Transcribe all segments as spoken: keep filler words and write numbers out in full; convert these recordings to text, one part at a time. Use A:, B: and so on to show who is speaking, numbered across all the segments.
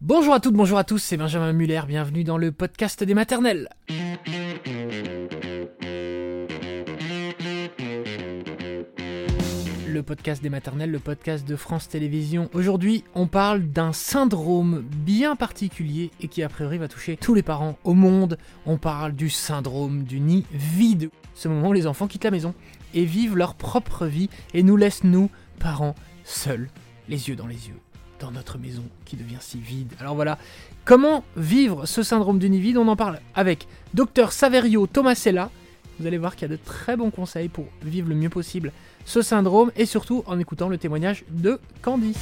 A: Bonjour à toutes, bonjour à tous, c'est Benjamin Muller, bienvenue dans le podcast des maternelles. Le podcast des maternelles, le podcast de France Télévisions. Aujourd'hui, on parle d'un syndrome bien particulier et qui a priori va toucher tous les parents au monde. On parle du syndrome du nid vide. Ce moment où les enfants quittent la maison et vivent leur propre vie et nous laissent, nous, parents, seuls, les yeux dans les yeux, dans notre maison qui devient si vide. Alors voilà, comment vivre ce syndrome du nid vide? On en parle avec Docteur Saverio Tomasella. Vous allez voir qu'il y a de très bons conseils pour vivre le mieux possible ce syndrome et surtout en écoutant le témoignage de Candice.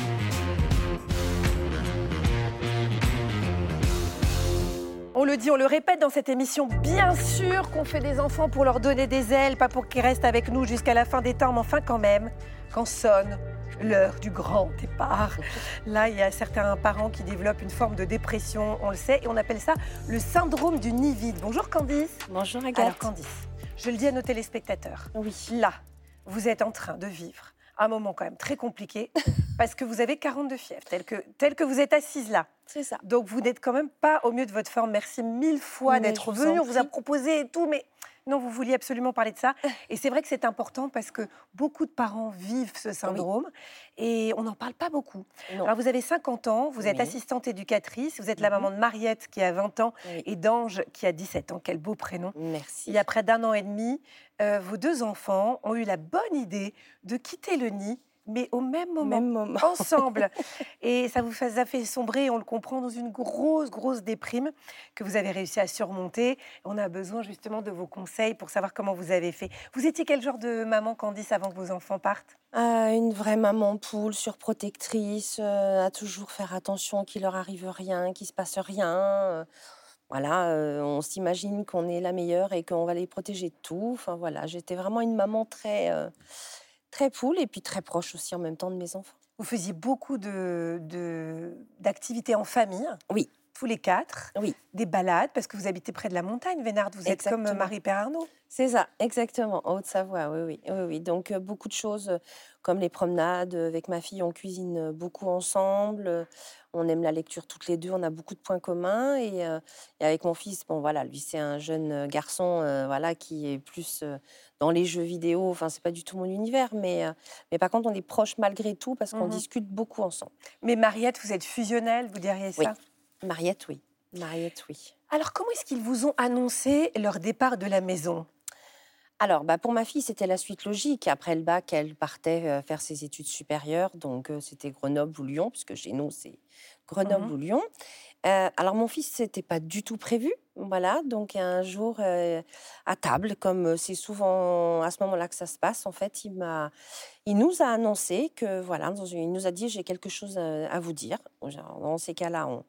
B: On le dit, on le répète dans cette émission, bien sûr qu'on fait des enfants pour leur donner des ailes, pas pour qu'ils restent avec nous jusqu'à la fin des temps, mais enfin quand même, quand sonne l'heure du grand départ, là il y a certains parents qui développent une forme de dépression, on le sait, et on appelle ça le syndrome du nid vide. Bonjour Candice.
C: Bonjour Agathe.
B: Alors Candice, je le dis à nos téléspectateurs,
C: Oui.
B: là, vous êtes en train de vivre un moment quand même très compliqué parce que vous avez quarante-deux fièvres, tel que, tel que vous êtes assise là.
C: C'est ça.
B: Donc vous n'êtes quand même pas au mieux de votre forme. Merci mille fois
C: Mais
B: d'être
C: je vous
B: venue.
C: en
B: On vous a
C: prie.
B: proposé et tout, mais non, vous vouliez absolument parler de ça. Et c'est vrai que c'est important parce que beaucoup de parents vivent ce syndrome et on n'en parle pas beaucoup.
C: Non.
B: Alors vous avez cinquante ans, vous êtes
C: Oui.
B: assistante éducatrice, vous êtes la
C: Mhm.
B: maman de Mariette qui a vingt ans
C: Oui.
B: et d'Ange qui a dix-sept ans. Quel beau prénom.
C: Merci.
B: Il y a près d'un an et demi, euh, vos deux enfants ont eu la bonne idée de quitter le nid, mais au même moment,
C: Même moment.
B: ensemble. Et ça vous a fait sombrer, on le comprend, dans une grosse, grosse déprime que vous avez réussi à surmonter. On a besoin justement de vos conseils pour savoir comment vous avez fait. Vous étiez quel genre de maman, Candice, avant que vos enfants partent?
C: Ah, une vraie maman poule, surprotectrice, euh, à toujours faire attention qu'il leur arrive rien, qu'il se passe rien. euh, Voilà, euh, on s'imagine qu'on est la meilleure et qu'on va les protéger de tout. Enfin voilà, j'étais vraiment une maman très, euh, très poule et puis très proche aussi en même temps de mes enfants.
B: Vous faisiez beaucoup de, de- d'activités en famille,
C: Oui,
B: tous les quatre,
C: oui.
B: des balades, parce que vous habitez près de la montagne, Vénard. Vous êtes comme
C: Exactement.
B: Marie-Père Arnaud.
C: C'est ça, exactement, en Haute-Savoie, oui, oui, oui, oui. Donc, euh, beaucoup de choses, euh, comme les promenades. euh, Avec ma fille, on cuisine euh, beaucoup ensemble. euh, On aime la lecture toutes les deux. On a beaucoup de points communs. Et, euh, et avec mon fils, bon, voilà, lui, c'est un jeune euh, garçon, euh, voilà, qui est plus euh, dans les jeux vidéo. Enfin, c'est pas du tout mon univers, mais, euh, mais par contre, on est proches malgré tout parce qu'on
B: Mhm.
C: discute beaucoup ensemble.
B: Mais Mariette, vous êtes fusionnelle, vous diriez
C: Oui.
B: ça?
C: Mariette, oui. Mariette, oui.
B: Alors, comment est-ce qu'ils vous ont annoncé leur départ de la maison?
C: Alors, bah, pour ma fille, c'était la suite logique. Après le bac, elle partait euh, faire ses études supérieures. Donc, euh, c'était Grenoble ou Lyon, puisque chez nous, c'est Grenoble
B: Mhm.
C: ou Lyon. Euh, alors, mon fils, c'était pas du tout prévu. Voilà. Donc, un jour, euh, à table, comme euh, c'est souvent à ce moment-là que ça se passe, en fait, il m'a, il nous a annoncé que, voilà, dans une- il nous a dit, j'ai quelque chose à, à vous dire. Genre, dans ces cas-là, on,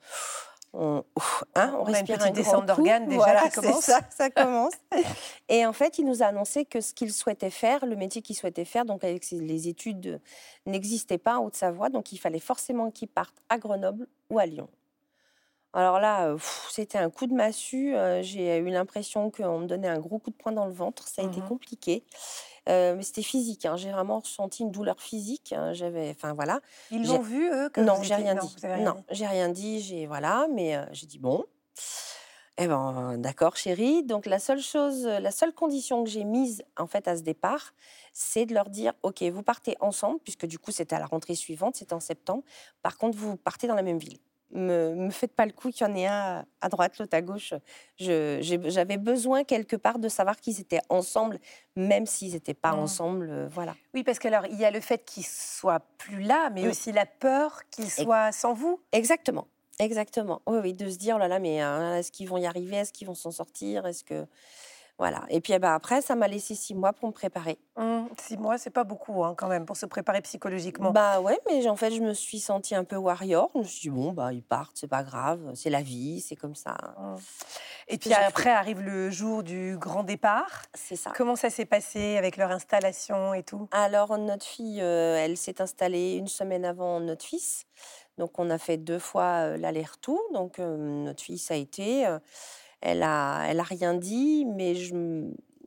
C: on, ouf, hein, on
B: On a une
C: respire
B: petite
C: un grand
B: descente
C: coup.
B: d'organes déjà
C: Voilà,
B: qui
C: c'est
B: commence.
C: ça, ça commence. Et en fait, il nous a annoncé que ce qu'il souhaitait faire, le métier qu'il souhaitait faire, donc avec ses- les études, euh, n'existait pas en Haute-Savoie, donc il fallait forcément qu'il parte à Grenoble ou à Lyon. Alors là, euh, pff, c'était un coup de massue. euh, J'ai eu l'impression qu'on me donnait un gros coup de poing dans le ventre. Ça a été
B: Mhm.
C: compliqué, Euh, mais c'était physique. hein. J'ai vraiment ressenti une douleur physique. hein. J'avais, enfin voilà.
B: Ils
C: J'ai-
B: l'ont vu, eux, que
C: Non,
B: vous
C: j'ai
B: étiez...
C: rien
B: Non,
C: dit.
B: vous avez rien
C: Non,
B: dit.
C: j'ai rien dit. J'ai voilà, mais euh, j'ai dit bon. Eh ben, d'accord, chérie. Donc, la seule chose, la seule condition que j'ai mise, en fait, à ce départ, c'est de leur dire, OK, vous partez ensemble, puisque du coup, c'était à la rentrée suivante, c'était en septembre. Par contre, vous partez dans la même ville. Me, me faites pas le coup qu'il y en ait un à droite, l'autre à gauche. Je- j'ai- J'avais besoin, quelque part, de savoir qu'ils étaient ensemble, même s'ils n'étaient pas
B: Mhm.
C: ensemble. euh, voilà.
B: Oui, parce qu'alors, il y a le fait qu'ils soient plus là, mais
C: Mm.
B: aussi la peur qu'ils soient sans vous.
C: Exactement. Exactement. Oui, oui, de se dire, oh là là, mais euh, est-ce qu'ils vont y arriver? Est-ce qu'ils vont s'en sortir? Est-ce que... Voilà. Et puis eh ben, après, ça m'a laissé six mois pour me préparer.
B: Hum, Six mois, c'est pas beaucoup hein, quand même pour se préparer psychologiquement.
C: Bah ouais, mais en fait, je me suis sentie un peu warrior. Je me suis dit, bon, bah, ils partent, c'est pas grave, c'est la vie, c'est comme ça.
B: Hum. Et
C: C'est
B: puis
C: ce que j'ai
B: après arrive le jour du grand départ.
C: C'est ça.
B: Comment ça s'est passé avec leur installation et tout?
C: Alors, notre fille, euh, elle s'est installée une semaine avant notre fils. Donc, on a fait deux fois euh, l'aller-retour. Donc, euh, notre fille, ça a été. euh, elle a, elle a rien dit, mais je, m-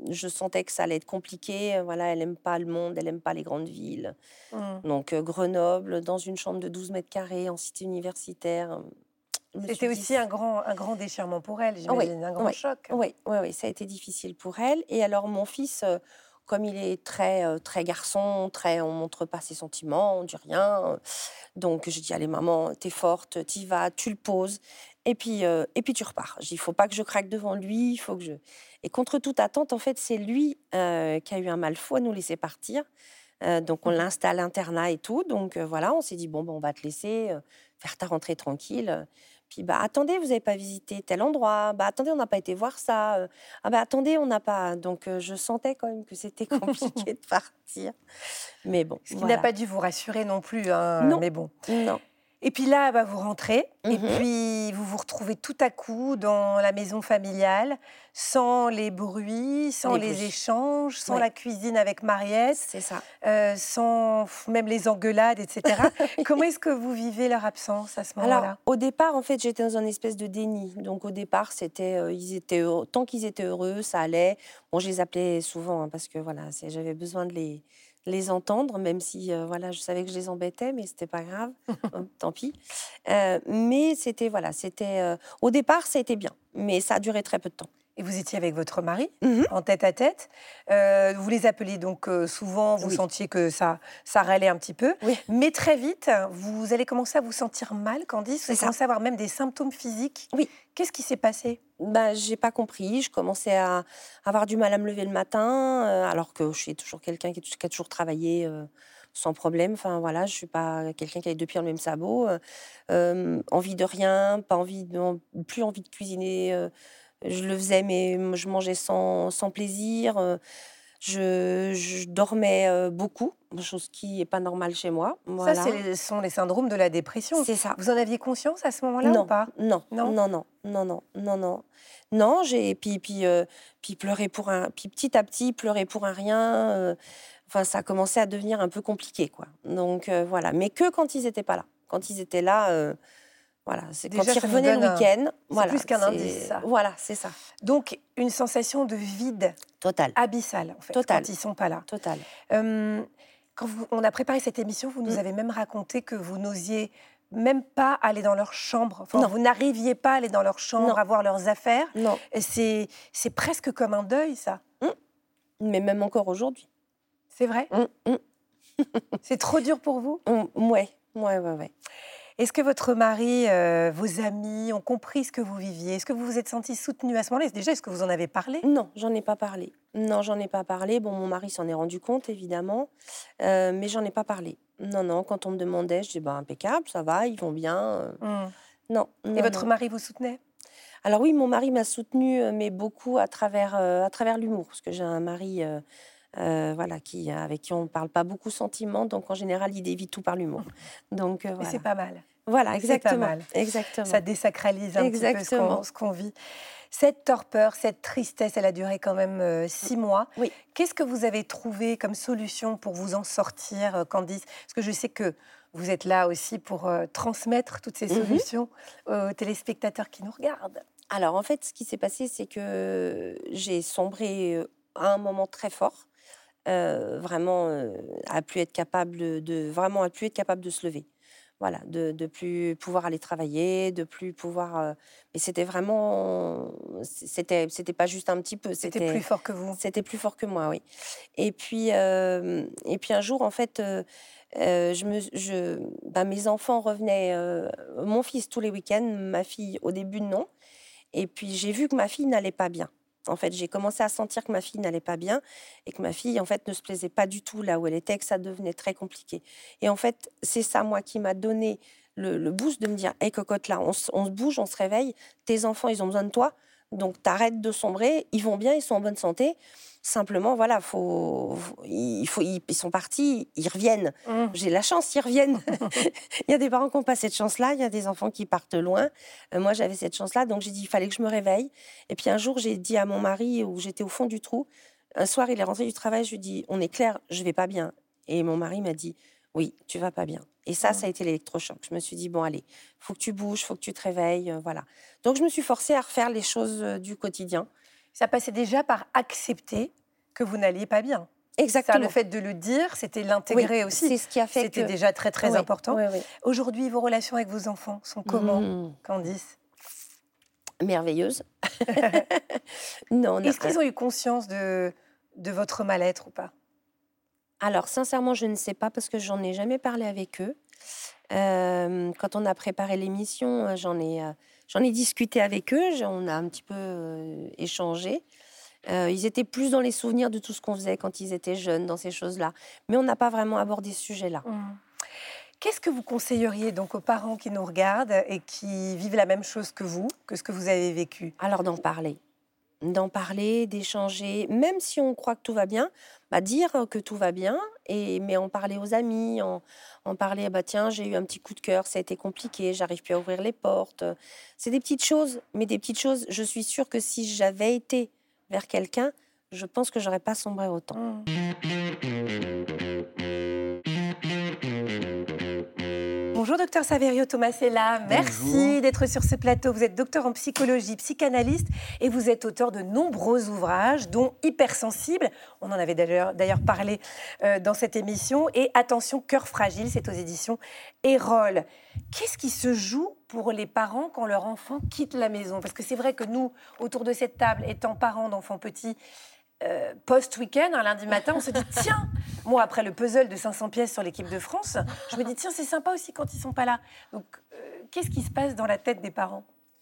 C: je sentais que ça allait être compliqué. Voilà, elle aime pas le monde, elle aime pas les grandes villes.
B: Mmh.
C: Donc heu, Grenoble, dans une chambre de douze mètres carrés en cité universitaire, je me
B: C'était
C: suis dit
B: aussi un grand un grand déchirement pour elle,
C: oui,
B: j'imagine, un grand
C: oui,
B: choc?
C: oui, oui, oui, ça a été difficile pour elle. Et alors mon fils, heu, comme il est très, heu, très garçon, très on montre pas ses sentiments, on dit rien, heu, donc je dis: «Allez maman, t'es forte, t'y vas, tu le poses et puis, heu et puis tu repars». Je dis: «Il faut pas que je craque devant lui, il faut que je» et contre toute attente, en fait, c'est lui, heu, qui a eu un mal fou à nous laisser partir. Heu, donc on
B: Mmh.
C: l'installe internat et tout, donc heu, voilà, on s'est dit: «Bon, ben, on va te laisser, heu, faire ta rentrée tranquille». Puis: «Bah, attendez, vous avez pas visité tel endroit. Bah, attendez, on n'a pas été voir ça, heu. Ah bah, attendez, on n'a pas» donc heu, je sentais quand même que c'était compliqué de partir. Mais bon,
B: Ce qui n'a
C: voilà.
B: pas dû vous rassurer non plus, hein,
C: Non,
B: mais bon.
C: non.
B: Et puis là, bah, vous rentrez et
C: Mmh.
B: puis vous vous retrouvez tout à coup dans la maison familiale, sans les bruits, sans
C: Les
B: les
C: bruits.
B: échanges, sans
C: Ouais,
B: la cuisine avec Mariette,
C: c'est ça.
B: heu, sans f même les engueulades et cetera. Comment est-ce que vous vivez leur absence à ce
C: Alors,
B: moment-là?
C: au départ, en fait, j'étais dans un espèce de déni. Donc, au départ, c'était, heu, ils étaient heureux tant qu'ils étaient heureux, ça allait. Bon, je les appelais souvent, hein, parce que voilà, c'est j'avais besoin de les les entendre, même si, heu, voilà, je savais que je les embêtais, mais c'était pas grave, hein, tant pis. Heu, mais c'était voilà, c'était, heu, au départ, ça a été bien, mais ça a duré très peu de temps.
B: Et vous étiez avec votre mari,
C: Mmh.
B: en tête-à-tête. Heu, vous les appeliez donc heu, souvent, vous
C: Oui,
B: sentiez que ça ça râlait un petit peu.
C: oui,
B: Mais très vite, vous allez commencer à vous sentir mal, Candice. Vous
C: c'est
B: allez
C: ça.
B: commencer à avoir même des symptômes physiques.
C: Oui.
B: Qu'est-ce qui s'est passé?
C: Bah, j'ai pas compris, je commençais à avoir du mal à me lever le matin, heu, alors que je suis toujours quelqu'un qui qui a toujours travaillé, heu, sans problème. Enfin voilà, je suis pas quelqu'un qui a les deux pieds dans le même sabot, heu, hem, envie de rien, pas envie de plus envie de cuisiner, heu, je le faisais mais m je mangeais sans sans plaisir, heu, je je dormais, heu, beaucoup, chose qui est pas normale chez moi,
B: Ça, c'est
C: voilà.
B: les ce sont les syndromes de la dépression.
C: C'est ça.
B: Vous en aviez conscience à ce moment-là ou
C: Non,
B: pas?
C: non,
B: Non?
C: non, non, non, non, non, non. Non, j'ai puis puis, heu, puis pleurer pour un puis petit à petit, pleurer pour un rien, heu, enfin ça a commencé à devenir un peu compliqué, quoi. Donc heu, voilà, mais que quand ils étaient pas là. Quand ils étaient là, heu, voilà, c'est quand
B: Déjà,
C: ils
B: ça nous
C: revenaient le
B: donne un
C: week-end,
B: c'est
C: voilà,
B: plus qu'un indice,
C: c'est
B: ça.
C: voilà, c'est ça.
B: Donc une sensation de vide
C: Total,
B: abyssal, en fait,
C: total,
B: quand ils sont pas là.
C: total.
B: Hem, quand vous on a préparé cette émission, vous nous
C: Mmh.
B: avez même raconté que vous n'osiez même pas aller dans leur chambre. Enfin,
C: Non,
B: vous n'arriviez pas à aller dans leur chambre,
C: non,
B: à voir leurs affaires.
C: non.
B: Et c'est c'est presque comme un deuil, ça.
C: Mmh, mais même encore aujourd'hui.
B: C'est vrai?
C: Mmh, mmh,
B: C'est trop dur pour vous?
C: mmh, ouais, ouais, ouais, ouais.
B: Est-ce que votre mari, heu, vos amis ont compris ce que vous viviez? Est-ce que vous vous êtes sentis soutenus à ce moment-là? Déjà, est-ce que vous en avez parlé?
C: Non, j'en ai pas parlé. Non, j'en ai pas parlé. Bon, mon mari s'en est rendu compte, évidemment, heu, mais j'en ai pas parlé. Non, non, quand on me demandait, je dis: «Bah, impeccable, ça va, ils vont bien», heu,
B: Mmh.
C: non,
B: Et
C: non,
B: votre
C: non.
B: mari vous soutenait?
C: Alors oui, mon mari m'a soutenue, heu, mais beaucoup à travers, heu, à travers l'humour, parce que j'ai un mari, heu heu, voilà, qui avec qui on parle pas beaucoup sentiments, donc en général, il évite tout par l'humour. Donc heu,
B: Mais c'est
C: voilà.
B: pas mal.
C: Voilà,
B: C'est pas
C: exactement,
B: mal. Ça
C: exactement,
B: désacralise un petit peu ce qu'on
C: exactement.
B: ce qu'on vit. Cette torpeur, cette tristesse, elle a duré quand même, heu,
C: Mmh,
B: six mois.
C: oui.
B: Qu'est-ce que vous avez trouvé comme solution pour vous en sortir, heu, Candice? Parce que je sais que vous êtes là aussi pour, heu, transmettre toutes ces
C: Mmh.
B: solutions aux téléspectateurs qui nous regardent.
C: Alors en fait, ce qui s'est passé, c'est que j'ai sombré, heu, à un moment très fort, heu, vraiment, heu, à plus être capable de de vraiment à plus être capable de se lever. Voilà, de de plus pouvoir aller travailler, de plus pouvoir, heu mais c'était vraiment c c'était c'était pas juste un petit peu,
B: C'était plus
C: c'était
B: fort que vous.
C: c'était plus fort que moi, oui. Et puis, hem et puis un jour, en fait, heu heu, je me je bah, mes enfants revenaient, heu, mon fils tous les week-ends, ma fille au début non. Et puis j'ai vu que ma fille n'allait pas bien. En fait, j'ai commencé à sentir que ma fille n'allait pas bien et que ma fille, en fait, ne se plaisait pas du tout là où elle était, que ça devenait très compliqué. Et en fait, c'est ça, moi, qui m'a donné le, le boost de me dire: Hé, cocotte, là, on, se on se bouge, on se réveille. Tes enfants, ils ont besoin de toi. Donc, t'arrêtes de sombrer. Ils vont bien, ils sont en bonne santé. Simplement, voilà, faut, faut- il faut, ils, ils sont partis, ils reviennent.
B: Mmh.
C: J'ai la chance, ils reviennent. Il y a des parents qui n'ont pas cette chance-là, il y a des enfants qui partent loin. Euh, moi, j'avais cette chance-là, donc j'ai dit il fallait que je me réveille. Et puis un jour, j'ai dit à mon mari, où j'étais au fond du trou, un soir, il est rentré du travail, je lui ai dit: on est clair, je vais pas bien. Et mon mari m'a dit: oui, tu vas pas bien. Et ça,
B: Mmh.
C: ça a été l'électrochoc. Je me suis dit: bon, allez, faut que tu bouges, faut que tu te réveilles, euh, voilà. Donc je me suis forcée à refaire les choses euh, du quotidien.
B: Ça passait déjà par accepter que vous n'alliez pas bien.
C: Exactement.
B: Ça, le fait de le dire, c'était l'intégrer
C: oui,
B: aussi.
C: C'est ce qui a fait
B: C'était
C: que...
B: déjà très, très
C: oui,
B: important.
C: Oui, oui.
B: Aujourd'hui, vos relations avec vos enfants sont comment,
C: mmh.
B: Candice?
C: Merveilleuse. non,
B: Est-ce qu'ils ont eu conscience de, de votre mal-être ou pas?
C: Alors, sincèrement, je ne sais pas parce que j'en ai jamais parlé avec eux. Euh, quand on a préparé l'émission, j'en ai, euh, j'en ai discuté avec eux, on a un petit peu euh, échangé. Euh, ils étaient plus dans les souvenirs de tout ce qu'on faisait quand ils étaient jeunes, dans ces choses-là. Mais on n'a pas vraiment abordé ce sujet-là.
B: Mmh. Qu'est-ce que vous conseilleriez donc aux parents qui nous regardent et qui vivent la même chose que vous, que ce que vous avez vécu?
C: Alors, d'en parler. D'en parler, d'échanger, même si on croit que tout va bien, bah dire que tout va bien, et, mais en parler aux amis, en, en parler, bah tiens, j'ai eu un petit coup de cœur, ça a été compliqué, j'arrive plus à ouvrir les portes. C'est des petites choses, mais des petites choses, je suis sûre que si j'avais été vers quelqu'un, je pense que j'aurais pas sombré autant.
B: Mmh. Bonjour docteur Saverio Tomasella, merci d'être sur ce plateau. Vous êtes docteur en psychologie, psychanalyste et vous êtes auteur de nombreux ouvrages, dont Hypersensible, on en avait d'ailleurs, d'ailleurs parlé euh, dans cette émission, et Attention, cœur fragile, c'est aux éditions Erol. Qu'est-ce qui se joue pour les parents quand leur enfant quitte la maison? Parce que c'est vrai que nous, autour de cette table, étant parents d'enfants petits, Euh, post-week-end, un lundi matin, on se dit tiens, moi après le puzzle de cinq cents pièces sur l'équipe de France, je me dis tiens, c'est sympa aussi quand ils sont pas là. Donc, euh, qu'est-ce qui se passe dans la tête des parents?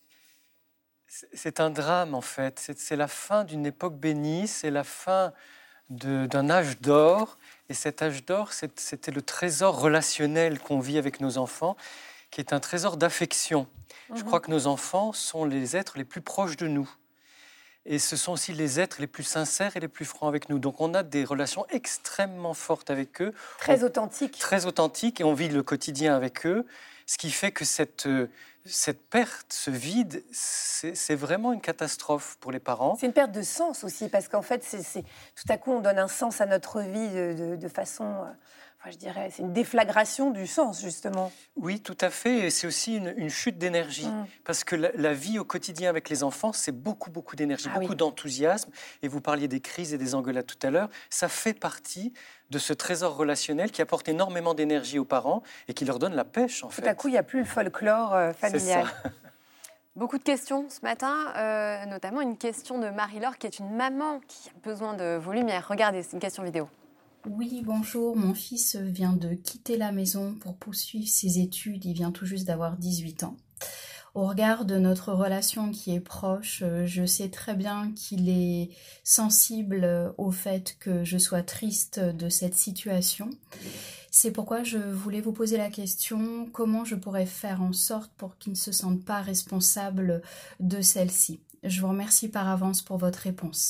D: C'est un drame en fait. C'est, c'est la fin d'une époque bénie, c'est la fin de, d'un âge d'or. Et cet âge d'or, c'est, c'était le trésor relationnel qu'on vit avec nos enfants, qui est un trésor d'affection. Mmh. Je crois que nos enfants sont les êtres les plus proches de nous. Et ce sont aussi les êtres les plus sincères et les plus francs avec nous. Donc on a des relations extrêmement fortes avec eux.
B: Très
D: on,
B: authentiques.
D: Très authentiques, et on vit le quotidien avec eux. Ce qui fait que cette, cette perte, ce vide, c'est, c'est vraiment une catastrophe pour les parents.
B: C'est une perte de sens aussi, parce qu'en fait, c'est, c'est, tout à coup, on donne un sens à notre vie de, de, de façon... Euh, enfin, je dirais, c'est une déflagration du sens, justement.
D: Oui, tout à fait. Et c'est aussi une, une chute d'énergie. Mmh. Parce que la, la vie au quotidien avec les enfants, c'est beaucoup, beaucoup d'énergie, ah, beaucoup oui. d'enthousiasme. Et vous parliez des crises et des engueulades tout à l'heure. Ça fait partie de ce trésor relationnel qui apporte énormément d'énergie aux parents et qui leur donne la pêche, en fait.
B: Tout à coup, il n'y a plus le folklore euh, familial.
D: C'est ça.
E: Beaucoup de questions ce matin, euh, notamment une question de Marie-Laure, qui est une maman qui a besoin de vos lumières. Regardez, c'est une question vidéo.
F: Oui, bonjour. Mon fils vient de quitter la maison pour poursuivre ses études. Il vient tout juste d'avoir dix-huit ans. Au regard de notre relation qui est proche, je sais très bien qu'il est sensible au fait que je sois triste de cette situation. C'est pourquoi je voulais vous poser la question, comment je pourrais faire en sorte pour qu'il ne se sente pas responsable de celle-ci? Je vous remercie par avance pour votre réponse.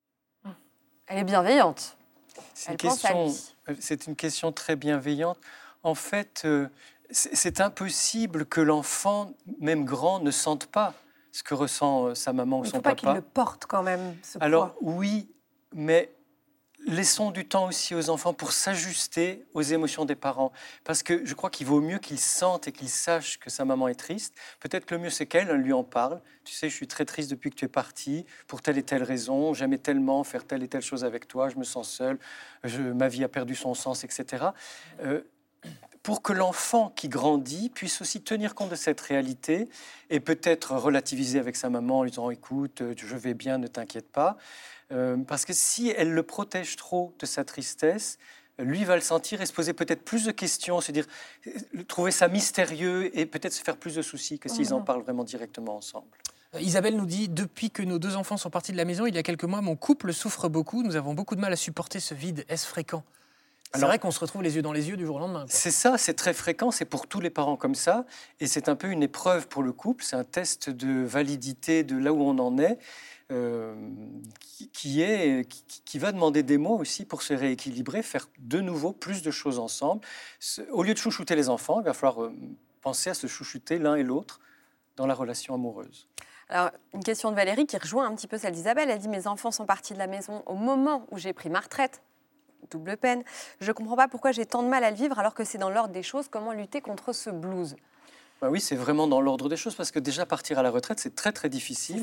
E: Elle est bienveillante.
D: C'est une, question, c'est une question très bienveillante. En fait, euh, c'est, c'est impossible que l'enfant, même grand, ne sente pas ce que ressent euh, sa maman ou son papa.
B: Il ne faut pas qu'il le porte quand même, ce poids.
D: Alors oui, mais laissons du temps aussi aux enfants pour s'ajuster aux émotions des parents. Parce que je crois qu'il vaut mieux qu'ils sentent et qu'ils sachent que sa maman est triste. Peut-être que le mieux, c'est qu'elle lui en parle. Tu sais, je suis très triste depuis que tu es parti, pour telle et telle raison. J'aimais tellement faire telle et telle chose avec toi. Je me sens seule. Je, ma vie a perdu son sens, et cetera. Euh, pour que l'enfant qui grandit puisse aussi tenir compte de cette réalité et peut-être relativiser avec sa maman en lui disant « Écoute, je vais bien, ne t'inquiète pas ». Euh, parce que si elle le protège trop de sa tristesse, lui va le sentir et se poser peut-être plus de questions, se dire, trouver ça mystérieux et peut-être se faire plus de soucis que s'ils en parlent vraiment directement ensemble.
A: Isabelle nous dit « Depuis que nos deux enfants sont partis de la maison, il y a quelques mois, mon couple souffre beaucoup. Nous avons beaucoup de mal à supporter ce vide. Est-ce fréquent ?» C'est Alors, vrai qu'on se retrouve les yeux dans les yeux du jour au lendemain. Quoi.
D: C'est ça, c'est très fréquent, c'est pour tous les parents comme ça. Et c'est un peu une épreuve pour le couple, c'est un test de validité de là où on en est. Euh, qui, qui, est, qui, qui va demander des mots aussi pour se rééquilibrer, faire de nouveau plus de choses ensemble. Au lieu de chouchouter les enfants, il va falloir penser à se chouchouter l'un et l'autre dans la relation amoureuse.
E: Alors, une question de Valérie qui rejoint un petit peu celle d'Isabelle. Elle dit « Mes enfants sont partis de la maison au moment où j'ai pris ma retraite. Double peine. Je ne comprends pas pourquoi j'ai tant de mal à le vivre alors que c'est dans l'ordre des choses. Comment lutter contre ce blues ?»
D: Ben oui, c'est vraiment dans l'ordre des choses parce que déjà partir à la retraite, c'est très très difficile.
E: C'est ça.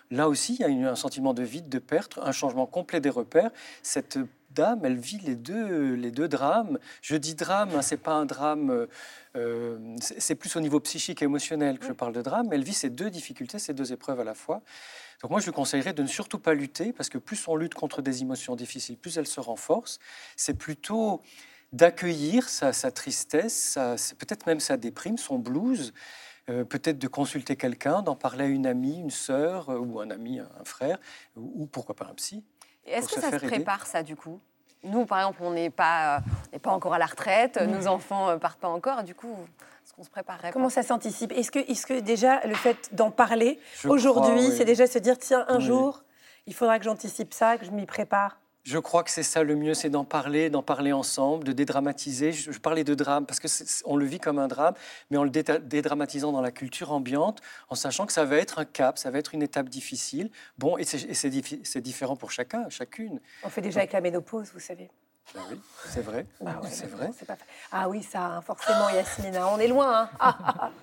D: Là aussi, il y a une- un sentiment de vide, de perte, un changement complet des repères. Cette dame, elle vit les deux, les deux drames. Je dis drame, hein, c'est pas un drame, euh, c'est c'est plus au niveau psychique et émotionnel que je parle de drame, mais elle vit ces deux difficultés, ces deux épreuves à la fois. Donc moi, je lui conseillerais de ne surtout pas lutter, parce que plus on lutte contre des émotions difficiles, plus elles se renforcent. C'est plutôt d'accueillir sa, sa tristesse, sa- peut-être même sa déprime, son blues, euh, peut-être de consulter quelqu'un, d'en parler à une amie, une sœur, euh, ou un ami, un, un frère, ou, ou pourquoi pas un psy.
E: Et Est-ce
D: Pour
E: que
D: se
E: ça se
D: faire aider.
E: prépare, ça, du coup? Nous, par exemple, on n'est pas, euh, on n'est pas encore à la retraite, nos enfants ne partent pas encore, du coup, est-ce qu'on se préparerait
B: Comment
E: pas
B: ça s'anticipe? Est-ce que, est-ce que déjà le fait d'en parler
D: Je
B: aujourd'hui,
D: crois, oui.
B: c'est déjà se dire tiens, un
D: Oui.
B: jour, il faudra que j'anticipe ça, que je m'y prépare?
D: Je crois que c'est ça le mieux, c'est d'en parler, d'en parler ensemble, de dédramatiser. Je, je parlais de drame parce que c'est- on le vit comme un drame, mais en le déta- dédramatisant dans la culture ambiante, en sachant que ça va être un cap, ça va être une étape difficile. Bon, et c'est et c'est diffi- c'est différent pour chacun, chacune.
B: On fait déjà avec la ménopause, vous savez.
D: Ben oui, c'est vrai,
B: Bah ouais,
D: c'est
B: mais
D: vrai.
B: bon, c'est pas fa- Ah oui, ça, hein, forcément, Yasmine, hein, on est loin. Hein. Ah, ah, ah.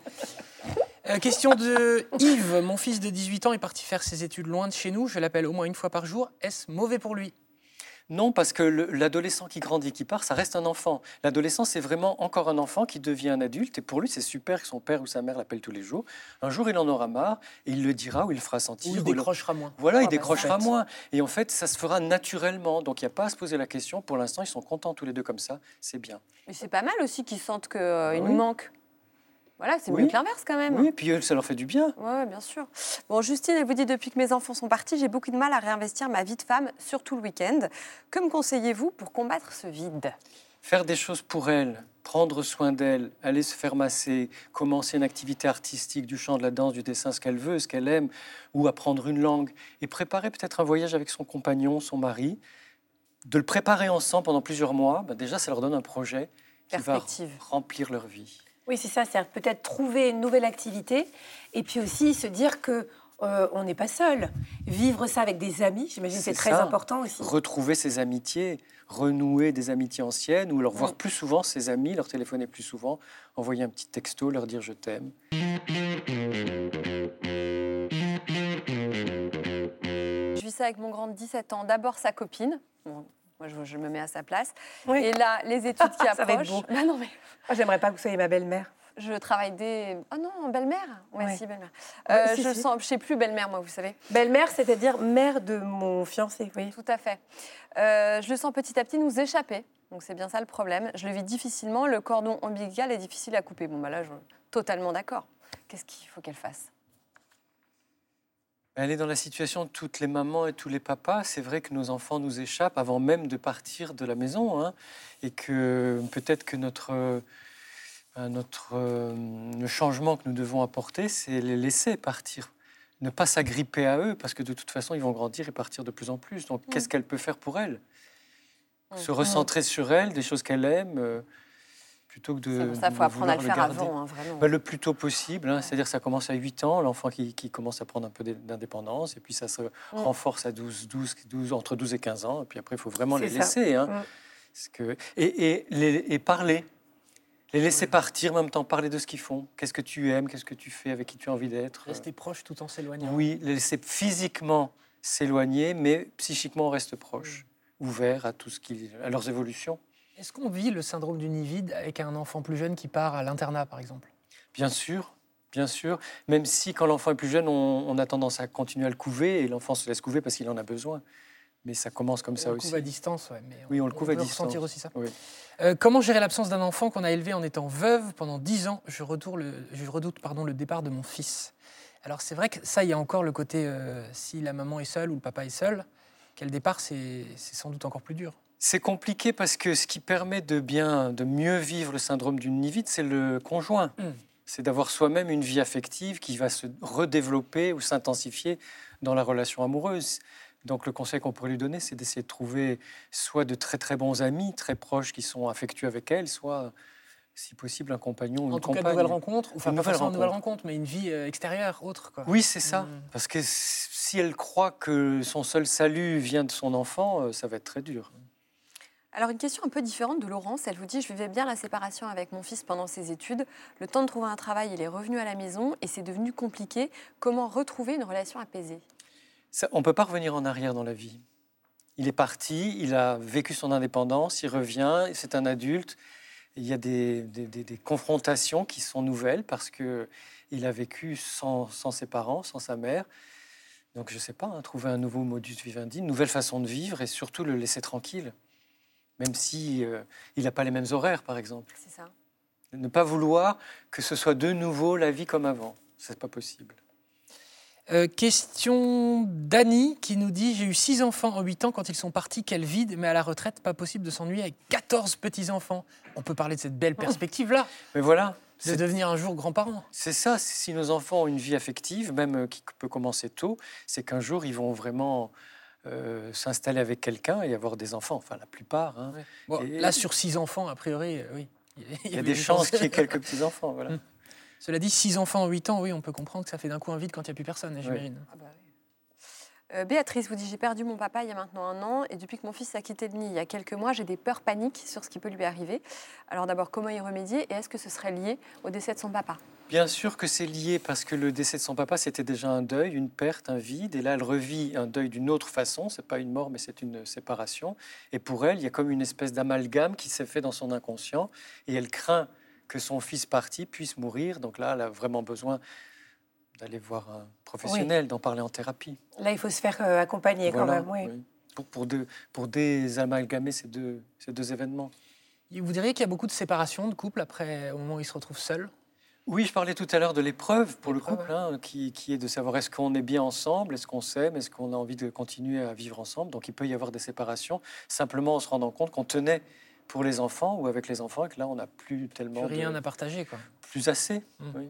A: Euh, question de Yves. Mon fils de dix-huit ans est parti faire ses études loin de chez nous. Je l'appelle au moins une fois par jour. Est-ce mauvais pour lui?
D: Non, parce que le- l'adolescent qui grandit, qui part, ça reste un enfant. L'adolescent, c'est vraiment encore un enfant qui devient un adulte. Et pour lui, c'est super que son père ou sa mère l'appelle tous les jours. Un jour, il en aura marre et il le dira ou il le fera sentir.
A: Ou il
D: ou le-
A: décrochera moins.
D: Voilà,
A: Ah,
D: il
A: bah,
D: décrochera
A: en fait.
D: moins. Et en fait, ça se fera naturellement. Donc, il n'y a pas à se poser la question. Pour l'instant, ils sont contents tous les deux comme ça. C'est bien.
E: Mais c'est pas mal aussi qu'ils sentent qu'il
D: Ah
E: nous
D: oui.
E: manque. Voilà, c'est
D: Oui.
E: mieux que l'inverse quand même.
D: Oui, et puis eux, ça leur fait du bien.
E: Oui, ouais, bien sûr. Bon, Justine, elle vous dit, depuis que mes enfants sont partis, j'ai beaucoup de mal à réinvestir ma vie de femme, surtout le week-end. Que me conseillez-vous pour combattre ce vide?
D: Faire des choses pour elle, prendre soin d'elle, aller se faire masser, commencer une activité artistique, du chant, de la danse, du dessin, ce qu'elle veut, ce qu'elle aime, ou apprendre une langue, et préparer peut-être un voyage avec son compagnon, son mari, de le préparer ensemble pendant plusieurs mois, ben déjà, ça leur donne un projet qui va
E: Perspective.
D: remplir leur vie.
B: Oui, c'est ça, c'est peut-être trouver une nouvelle activité et puis aussi se dire que euh, on n'est pas seul. Vivre ça avec des amis, j'imagine que c'est
D: C'est
B: très
D: ça.
B: important aussi.
D: Retrouver ses amitiés, renouer des amitiés anciennes, ou leur voir plus souvent ses amis, leur téléphoner plus souvent, envoyer un petit texto, leur dire « je t'aime ».
E: Je vis ça avec mon grand de dix-sept ans. D'abord sa copine. Bon, moi, je, je me mets à sa place.
B: Oui.
E: Et là, les études qui
B: Ça va être
E: approchent.
B: beau.
E: Bah non, mais
B: Ah, j'aimerais pas que vous soyez ma belle-mère.
E: je travaille des... Oh non, belle-mère. Ouais,
B: Ouais.
E: si, belle-mère.
B: Ouais,
E: Euh,
B: si,
E: je
B: si.
E: sens... Je sais plus belle-mère, moi, vous savez.
B: Belle-mère, c'est-à-dire mère de mon fiancé, oui.
E: Tout à fait. Euh, je le sens petit à petit nous échapper. Donc c'est bien ça le problème. Je le vis difficilement. Le cordon ombilical est difficile à couper. Bon, bah là, je suis totalement d'accord. Qu'est-ce qu'il faut qu'elle fasse?
D: Elle est dans la situation de toutes les mamans et tous les papas. C'est vrai que nos enfants nous échappent avant même de partir de la maison, hein, et que peut-être que notre, euh, notre euh, le changement que nous devons apporter, c'est les laisser partir, ne pas s'agripper à eux, parce que de toute façon, ils vont grandir et partir de plus en plus. Donc, qu'est-ce qu'elle peut faire pour elle? Se recentrer sur elle, des choses qu'elle aime, euh, plutôt que de.
E: C'est pour ça qu'il
D: de
E: faut apprendre à le
D: vouloir
E: faire
D: garder.
E: avant, hein, vraiment.
D: Bah, le plus tôt possible, hein, c'est-à-dire que ça commence à huit ans, l'enfant qui, qui commence à prendre un peu d'indépendance, et puis ça se renforce à douze, douze, douze, entre douze et quinze ans, et puis après, il faut vraiment
B: C'est
D: les
B: ça.
D: laisser. Hein,
B: Mm.
D: parce que, et, et, les, et parler, les laisser partir, en même temps parler de ce qu'ils font. Qu'est-ce que tu aimes, qu'est-ce que tu fais, avec qui tu as envie d'être.
A: Rester proche tout en s'éloignant.
D: Oui, les laisser physiquement s'éloigner, mais psychiquement on reste proche, ouvert à tout ce qui, à leurs évolutions.
A: Est-ce qu'on vit le syndrome du nid vide avec un enfant plus jeune qui part à l'internat, par exemple?
D: Bien sûr, bien sûr. Même si, quand l'enfant est plus jeune, on, on a tendance à continuer à le couver, et l'enfant se laisse couver parce qu'il en a besoin. Mais ça commence comme ça
A: On le
D: aussi.
A: couve à distance, ouais, mais
D: Oui, on le couve à
A: peut
D: distance.
A: ressentir aussi ça.
D: Oui.
A: Euh, comment gérer l'absence d'un enfant qu'on a élevé en étant veuve pendant dix ans? Je, retourne le, je redoute pardon, le départ de mon fils. Alors c'est vrai que ça, il y a encore le côté, euh, si la maman est seule ou le papa est seul, quel départ, c'est c'est sans doute encore plus dur.
D: C'est compliqué parce que ce qui permet de bien, de mieux vivre le syndrome du nid vide, c'est le conjoint.
A: Mm.
D: C'est d'avoir soi-même une vie affective qui va se redévelopper ou s'intensifier dans la relation amoureuse. Donc le conseil qu'on pourrait lui donner, c'est d'essayer de trouver soit de très très bons amis, très proches, qui sont affectueux avec elle, soit, si possible, un compagnon ou
A: En
D: une
A: tout cas, de
D: compagne.
A: nouvelles rencontres, enfin
D: Une
A: pas
D: nouvelle
A: forcément de nouvelles
D: rencontre.
A: rencontres, mais une vie euh, extérieure, autre. Quoi.
D: Oui, c'est ça.
A: Mm.
D: Parce que si elle croit que son seul salut vient de son enfant, euh, ça va être très dur.
E: Alors, une question un peu différente de Laurence. Elle vous dit, je vivais bien la séparation avec mon fils pendant ses études. Le temps de trouver un travail, il est revenu à la maison et c'est devenu compliqué. Comment retrouver une relation apaisée?
D: Ça, on ne peut pas revenir en arrière dans la vie. Il est parti, il a vécu son indépendance, il revient, c'est un adulte. Il y a des, des, des, des confrontations qui sont nouvelles parce qu'il a vécu sans, sans ses parents, sans sa mère. Donc, je ne sais pas, hein, trouver un nouveau modus vivendi, une nouvelle façon de vivre et surtout le laisser tranquille, même si euh, il n'a pas les mêmes horaires, par exemple.
E: C'est ça.
D: Ne pas vouloir que ce soit de nouveau la vie comme avant, ce n'est pas possible.
A: Euh, question d'Annie qui nous dit « J'ai eu six enfants en huit ans quand ils sont partis, quel vide, mais à la retraite, pas possible de s'ennuyer avec quatorze petits-enfants. » On peut parler de cette belle perspective-là,
D: Mais voilà,
A: de
D: c'est,
A: devenir un jour grands-parents.
D: c'est ça, si nos enfants ont une vie affective, même euh, qui peut commencer tôt, c'est qu'un jour, ils vont vraiment euh, s'installer avec quelqu'un et avoir des enfants, enfin la plupart. Hein.
A: Ouais. Bon,
D: Et-
A: là, sur six enfants, a priori, euh, oui.
D: Il y a des chances qu'il y ait quelques petits-enfants, voilà.
A: Mm. Cela dit, six enfants en huit ans, oui, on peut comprendre que ça fait d'un coup un vide quand il n'y a plus personne, j'imagine.
E: Ah bah oui. Euh, Béatrice vous dit « J'ai perdu mon papa il y a maintenant un an et depuis que mon fils a quitté le nid il y a quelques mois, j'ai des peurs paniques sur ce qui peut lui arriver. Alors d'abord, comment y remédier et est-ce que ce serait lié au décès de son papa ?»
D: Bien sûr que c'est lié parce que le décès de son papa, c'était déjà un deuil, une perte, un vide. Et là, elle revit un deuil d'une autre façon. Ce n'est pas une mort, mais c'est une séparation. Et pour elle, il y a comme une espèce d'amalgame qui s'est fait dans son inconscient. Et elle craint que son fils parti puisse mourir. Donc là, elle a vraiment besoin d'aller voir un professionnel, d'en parler en thérapie.
B: Là, il faut se faire euh, accompagner
D: Voilà,
B: quand même. Oui.
D: oui. Pour, pour, dé- pour désamalgamer ces deux, ces deux événements.
A: Vous diriez qu'il y a beaucoup de séparations de couples après, au moment où ils se retrouvent seuls?
D: Oui, je parlais tout à l'heure de l'épreuve pour le
A: L'épreuve,
D: couple, hein, qui, qui est de savoir est-ce qu'on est bien ensemble, est-ce qu'on s'aime, est-ce qu'on a envie de continuer à vivre ensemble. Donc il peut y avoir des séparations, simplement en se rendant compte qu'on tenait pour les enfants ou avec les enfants et que là on n'a plus tellement
A: Plus rien
D: de-
A: à partager, quoi.
D: plus assez.
A: Mm.
D: Oui.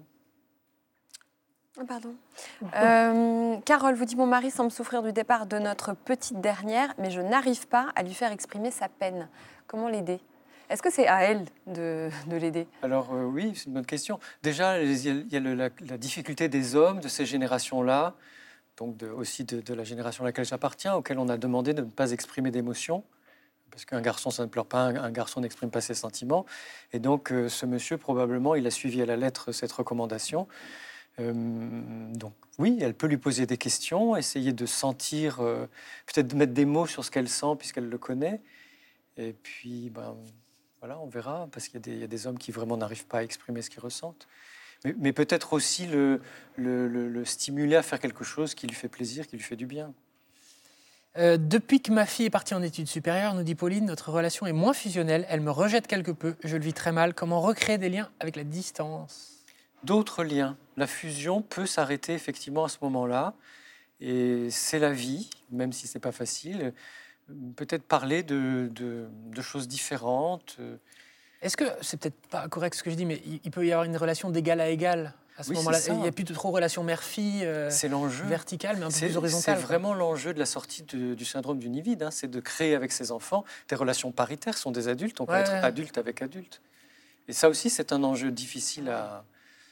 E: Ah, pardon. Euh, Carole vous dit « Mon mari semble souffrir du départ de notre petite dernière, mais je n'arrive pas à lui faire exprimer sa peine. Comment l'aider ?» Est-ce que c'est à elle de, de l'aider?
D: Alors euh, oui, c'est une bonne question. Déjà, il y a, il y a le- la, la difficulté des hommes de ces générations-là, donc de- aussi de, de la génération à laquelle j'appartiens, auquel on a demandé de ne pas exprimer d'émotions. Parce qu'un garçon, ça ne pleure pas, un, un garçon n'exprime pas ses sentiments. Et donc, euh, ce monsieur, probablement, il a suivi à la lettre cette recommandation. Euh, donc, oui, elle peut lui poser des questions, essayer de sentir, euh, peut-être de mettre des mots sur ce qu'elle sent, puisqu'elle le connaît. Et puis, ben, voilà, on verra, parce qu'il y a des, il y a des hommes qui vraiment n'arrivent pas à exprimer ce qu'ils ressentent. Mais, mais peut-être aussi le, le, le, le stimuler à faire quelque chose qui lui fait plaisir, qui lui fait du bien.
A: Euh, depuis que ma fille est partie en études supérieures, nous dit Pauline, notre relation est moins fusionnelle. Elle me rejette quelque peu. Je le vis très mal. Comment recréer des liens avec la distance?
D: D'autres liens. La fusion peut s'arrêter effectivement à ce moment-là. Et c'est la vie, même si ce n'est pas facile. Peut-être parler de, de, de choses différentes.
A: Est-ce que, c'est peut-être pas correct ce que je dis, mais il, il peut y avoir une relation d'égal à égal à ce
D: Oui,
A: moment-là?
D: c'est ça.
A: Il n'y a plus de trop relation mère-fille euh,
D: C'est l'enjeu.
A: verticale, mais un peu
D: C'est
A: plus
D: c'est
A: horizontale. quoi.
D: vraiment l'enjeu de la sortie de- du syndrome du nid vide. Hein. C'est de créer avec ses enfants des relations paritaires. Ce sont des adultes, on peut
A: Ouais,
D: être
A: ouais.
D: adulte avec adulte. Et ça aussi, c'est un enjeu difficile à,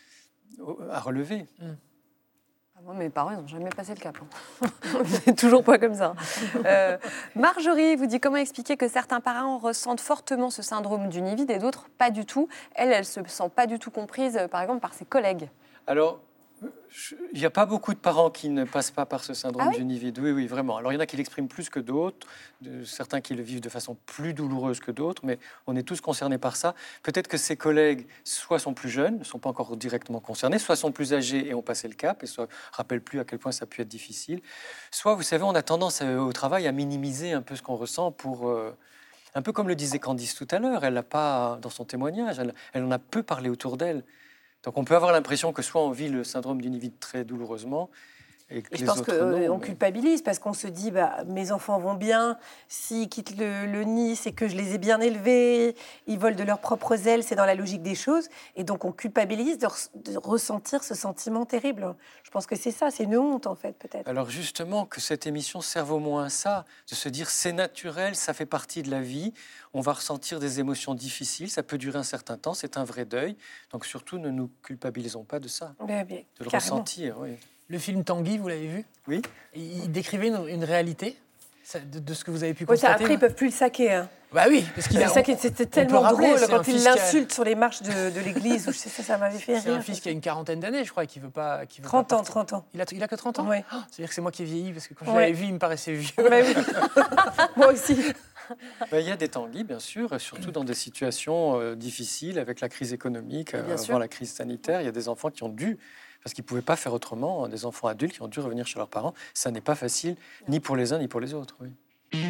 D: à relever.
E: Ah, moi, mes parents, ils n'ont jamais passé le cap. Hein. C'est toujours pas comme ça. Euh, Marjorie vous dit « Comment expliquer que certains parents ressentent fortement ce syndrome du nid vide et d'autres pas du tout ?» Elle, elle se sent pas du tout comprise, euh, par exemple, par ses collègues.
D: Alors, je- il n'y a pas beaucoup de parents qui ne passent pas par ce syndrome
E: Ah oui
D: du nid vide. Oui, oui, vraiment. Alors, il y en a qui l'expriment plus que d'autres, de- certains qui le vivent de façon plus douloureuse que d'autres, mais on est tous concernés par ça. Peut-être que ces collègues, soit sont plus jeunes, ne sont pas encore directement concernés, soit sont plus âgés et ont passé le cap, et soit ne rappellent plus à quel point ça a pu être difficile. Soit, vous savez, on a tendance euh, au travail à minimiser un peu ce qu'on ressent pour... euh, un peu comme le disait Candice tout à l'heure, elle n'a pas, dans son témoignage, elle, elle en a peu parlé autour d'elle. Donc on peut avoir l'impression que soit on vit le syndrome du nid vide très douloureusement, et que
B: Et je
D: les
B: pense
D: autres
B: qu'on
D: non, mais-
B: culpabilise parce qu'on se dit bah, mes enfants vont bien, s'ils quittent le, le nid, c'est que je les ai bien élevés, ils volent de leurs propres ailes, c'est dans la logique des choses. Et donc on culpabilise de, re- de ressentir ce sentiment terrible. Je pense que c'est ça, c'est une honte en fait peut-être.
D: Alors justement, que cette émission serve au moins à ça, de se dire c'est naturel, ça fait partie de la vie, on va ressentir des émotions difficiles, ça peut durer un certain temps, c'est un vrai deuil. Donc surtout, ne nous culpabilisons pas de ça,
B: Bien, bien,
D: de le
B: carrément.
D: ressentir. Oui.
A: Le film Tanguy, vous l'avez vu?
D: Oui.
A: Il décrivait une, une réalité ça, de, de ce que vous avez pu
B: Ouais, ça,
A: constater.
B: après, ils peuvent plus le saquer. Hein.
A: Bah oui, parce qu'il
B: C'est
A: a...
B: ça qui c'était
A: peut
B: tellement
A: rappeler,
B: drôle
A: c'est un
B: quand il
A: fils qui a-
B: l'insulte sur les marches de, de l'église. Ou je sais, ça, ça m'avait fait
A: C'est
B: rire.
A: un fils qui a une quarantaine d'années, je crois, et qui veut pas... Qui veut
B: trente
A: pas
B: ans,
A: partir.
B: trente ans.
A: Il a, il a que trente ans.
B: Ouais.
A: Oh, c'est-à-dire que c'est moi qui ai vieilli, parce que quand je
B: Ouais.
A: l'avais vu, il me paraissait vieux.
B: Ouais, oui. Moi aussi.
D: Ben, il y a des tanguis, bien sûr, et surtout dans des situations euh, difficiles, avec la crise économique, euh,
E: Bien
D: avant
E: sûr.
D: la crise sanitaire. Il y a des enfants qui ont dû, parce qu'ils ne pouvaient pas faire autrement, des enfants adultes qui ont dû revenir chez leurs parents. Ça n'est pas facile, ni pour les uns, ni pour les autres. Oui.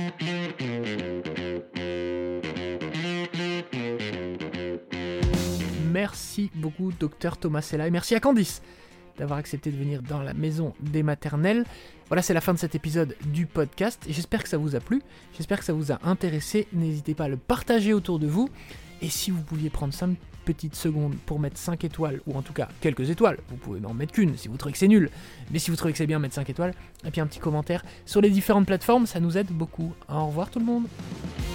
A: Merci beaucoup, docteur Thomas Sella, et merci à Candice d'avoir accepté de venir dans la maison des maternelles. Voilà, c'est la fin de cet épisode du podcast, et j'espère que ça vous a plu, j'espère que ça vous a intéressé. N'hésitez pas à le partager autour de vous, et si vous pouviez prendre cinq petites secondes pour mettre cinq étoiles, ou en tout cas quelques étoiles, vous pouvez n'en mettre qu'une si vous trouvez que c'est nul, mais si vous trouvez que c'est bien, mettre cinq étoiles, et puis un petit commentaire sur les différentes plateformes, ça nous aide beaucoup. Au revoir tout le monde.